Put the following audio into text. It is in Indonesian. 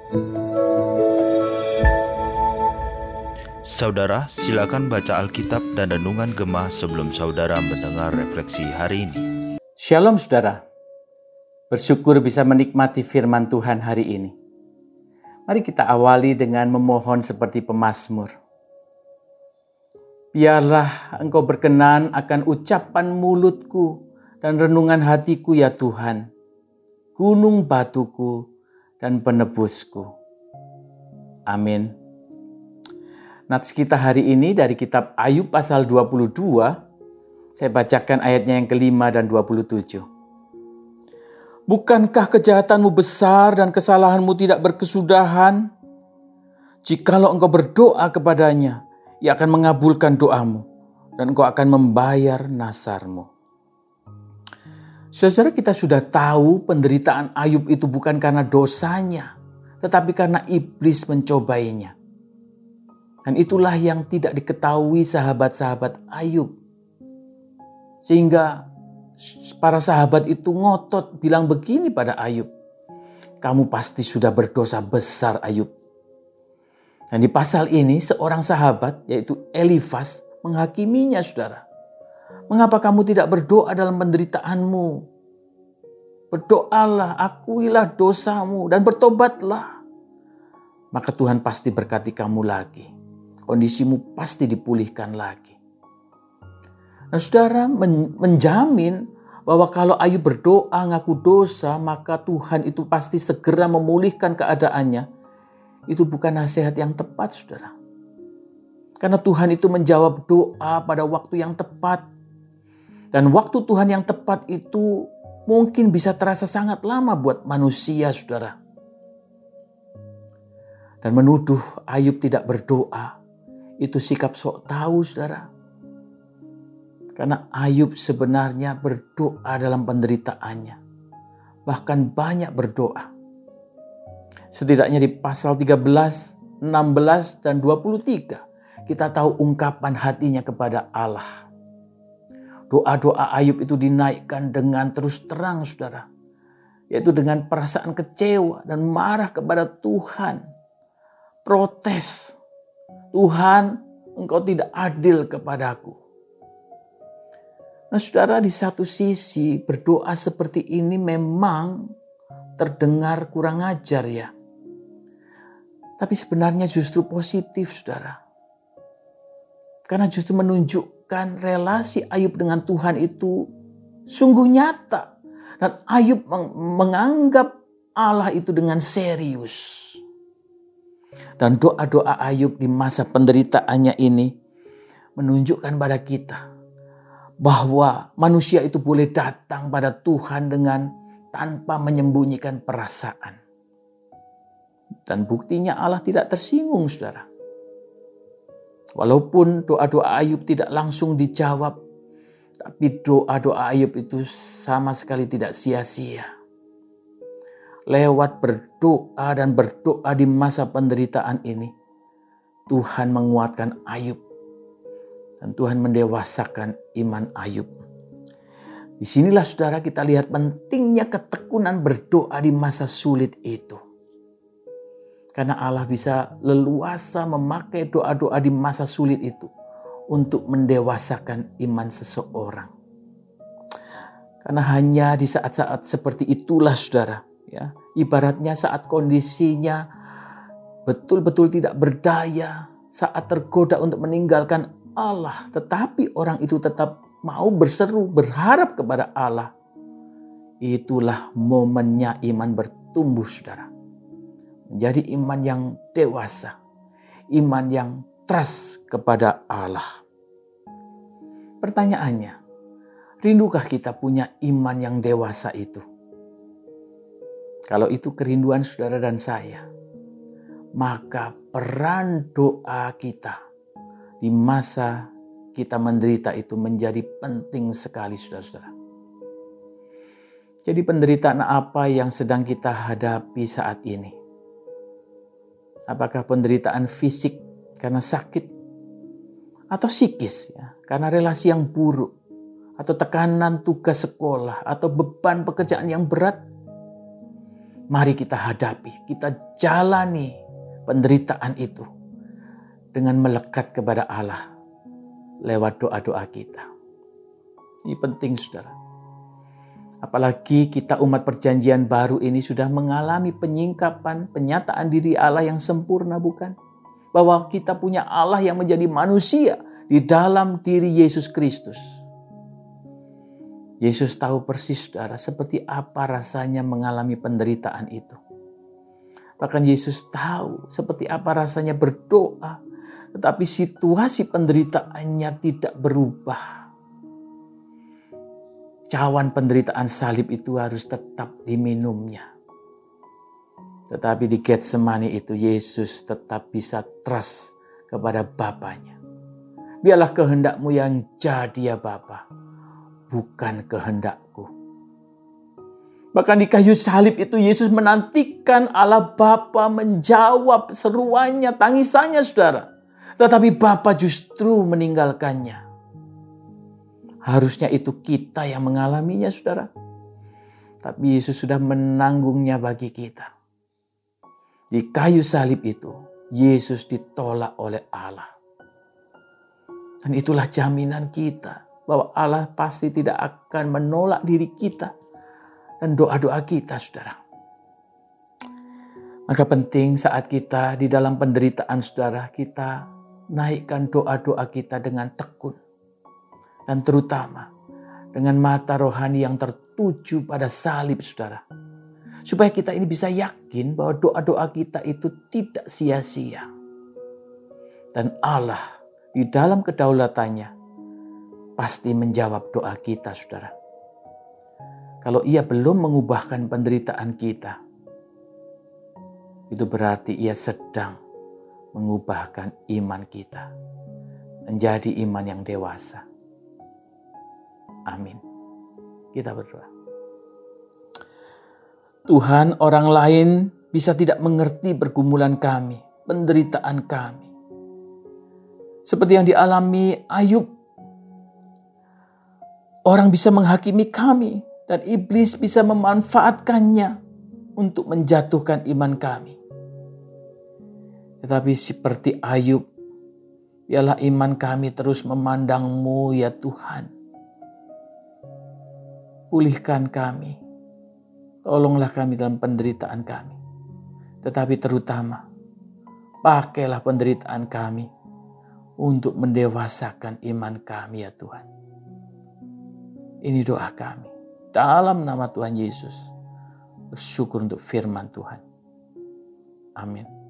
Saudara, silakan baca Alkitab dan Renungan Gemah sebelum saudara mendengar refleksi hari ini. Shalom saudara, bersyukur bisa menikmati firman Tuhan hari ini. Mari kita awali dengan memohon seperti pemazmur. Biarlah Engkau berkenan akan ucapan mulutku dan renungan hatiku ya Tuhan, gunung batuku dan penebusku. Amin. Nats kita hari ini dari kitab Ayub pasal 22, saya bacakan ayatnya yang kelima dan 27. Bukankah kejahatanmu besar dan kesalahanmu tidak berkesudahan? Jikalau engkau berdoa kepadanya, ia akan mengabulkan doamu dan engkau akan membayar nasarmu. Saudara, kita sudah tahu penderitaan Ayub itu bukan karena dosanya, tetapi karena iblis mencobainya. Dan itulah yang tidak diketahui sahabat-sahabat Ayub. Sehingga para sahabat itu ngotot bilang begini pada Ayub. Kamu pasti sudah berdosa besar Ayub. Dan di pasal ini seorang sahabat yaitu Elifas menghakiminya saudara. Mengapa kamu tidak berdoa dalam penderitaanmu? Berdoalah, akuilah dosamu dan bertobatlah. Maka Tuhan pasti berkati kamu lagi. Kondisimu pasti dipulihkan lagi. Nah saudara, menjamin bahwa kalau Ayub berdoa ngaku dosa, maka Tuhan itu pasti segera memulihkan keadaannya. Itu bukan nasihat yang tepat saudara. Karena Tuhan itu menjawab doa pada waktu yang tepat. Dan waktu Tuhan yang tepat itu mungkin bisa terasa sangat lama buat manusia saudara. Dan menuduh Ayub tidak berdoa, itu sikap sok tahu saudara. Karena Ayub sebenarnya berdoa dalam penderitaannya. Bahkan banyak berdoa. Setidaknya di pasal 13, 16, dan 23 kita tahu ungkapan hatinya kepada Allah. Doa-doa Ayub itu dinaikkan dengan terus terang saudara. Yaitu dengan perasaan kecewa dan marah kepada Tuhan. Protes. Tuhan, Engkau tidak adil kepadaku. Nah saudara, di satu sisi berdoa seperti ini memang terdengar kurang ajar ya. Tapi sebenarnya justru positif saudara. Karena justru menunjukkan relasi Ayub dengan Tuhan itu sungguh nyata. Dan Ayub menganggap Allah itu dengan serius. Dan doa-doa Ayub di masa penderitaannya ini menunjukkan pada kita bahwa manusia itu boleh datang pada Tuhan dengan tanpa menyembunyikan perasaan. Dan buktinya Allah tidak tersinggung saudara. Walaupun doa-doa Ayub tidak langsung dijawab, tapi doa-doa Ayub itu sama sekali tidak sia-sia. Lewat berdoa dan berdoa di masa penderitaan ini, Tuhan menguatkan Ayub. Dan Tuhan mendewasakan iman Ayub. Disinilah saudara kita lihat pentingnya ketekunan berdoa di masa sulit itu. Karena Allah bisa leluasa memakai doa-doa di masa sulit itu untuk mendewasakan iman seseorang. Karena hanya di saat-saat seperti itulah saudara, ya, ibaratnya saat kondisinya betul-betul tidak berdaya, saat tergoda untuk meninggalkan Allah, tetapi orang itu tetap mau berseru, berharap kepada Allah. Itulah momennya iman bertumbuh saudara. Menjadi iman yang dewasa, iman yang trust kepada Allah. Pertanyaannya, rindukah kita punya iman yang dewasa itu? Kalau itu kerinduan saudara dan saya, maka peran doa kita di masa kita menderita itu menjadi penting sekali saudara-saudara. Jadi penderitaan apa yang sedang kita hadapi saat ini? Apakah penderitaan fisik karena sakit? Atau psikis ya, karena relasi yang buruk? Atau tekanan tugas sekolah? Atau beban pekerjaan yang berat? Mari kita hadapi, kita jalani penderitaan itu dengan melekat kepada Allah lewat doa-doa kita. Ini penting, saudara. Apalagi kita umat perjanjian baru ini sudah mengalami penyingkapan, penyataan diri Allah yang sempurna, bukan? Bahwa kita punya Allah yang menjadi manusia di dalam diri Yesus Kristus. Yesus tahu persis, saudara, seperti apa rasanya mengalami penderitaan itu. Bahkan Yesus tahu seperti apa rasanya berdoa, tetapi situasi penderitaannya tidak berubah. Cawan penderitaan salib itu harus tetap diminumnya. Tetapi di Getsemani itu Yesus tetap bisa trust kepada Bapanya. Biarlah kehendak-mu yang jadi ya Bapa, bukan kehendakku. Bahkan di kayu salib itu Yesus menantikan Allah Bapa menjawab seruannya, tangisannya, saudara. Tetapi Bapa justru meninggalkannya. Harusnya itu kita yang mengalaminya, saudara. Tapi Yesus sudah menanggungnya bagi kita. Di kayu salib itu Yesus ditolak oleh Allah. Dan itulah jaminan kita bahwa Allah pasti tidak akan menolak diri kita dan doa-doa kita, saudara. Maka penting saat kita di dalam penderitaan, saudara, kita naikkan doa-doa kita dengan tekun. Dan terutama dengan mata rohani yang tertuju pada salib, saudara. Supaya kita ini bisa yakin bahwa doa-doa kita itu tidak sia-sia. Dan Allah di dalam kedaulatannya pasti menjawab doa kita, saudara. Kalau Ia belum mengubahkan penderitaan kita, itu berarti Ia sedang mengubahkan iman kita menjadi iman yang dewasa. Amin. Kita berdoa. Tuhan, orang lain bisa tidak mengerti pergumulan kami, penderitaan kami. Seperti yang dialami Ayub. Orang bisa menghakimi kami dan iblis bisa memanfaatkannya untuk menjatuhkan iman kami. Tetapi seperti Ayub, biarlah iman kami terus memandang-Mu ya Tuhan. Pulihkan kami. Tolonglah kami dalam penderitaan kami. Tetapi terutama, pakailah penderitaan kami untuk mendewasakan iman kami ya Tuhan. Ini doa kami. Dalam nama Tuhan Yesus. Bersyukur untuk firman Tuhan. Amin.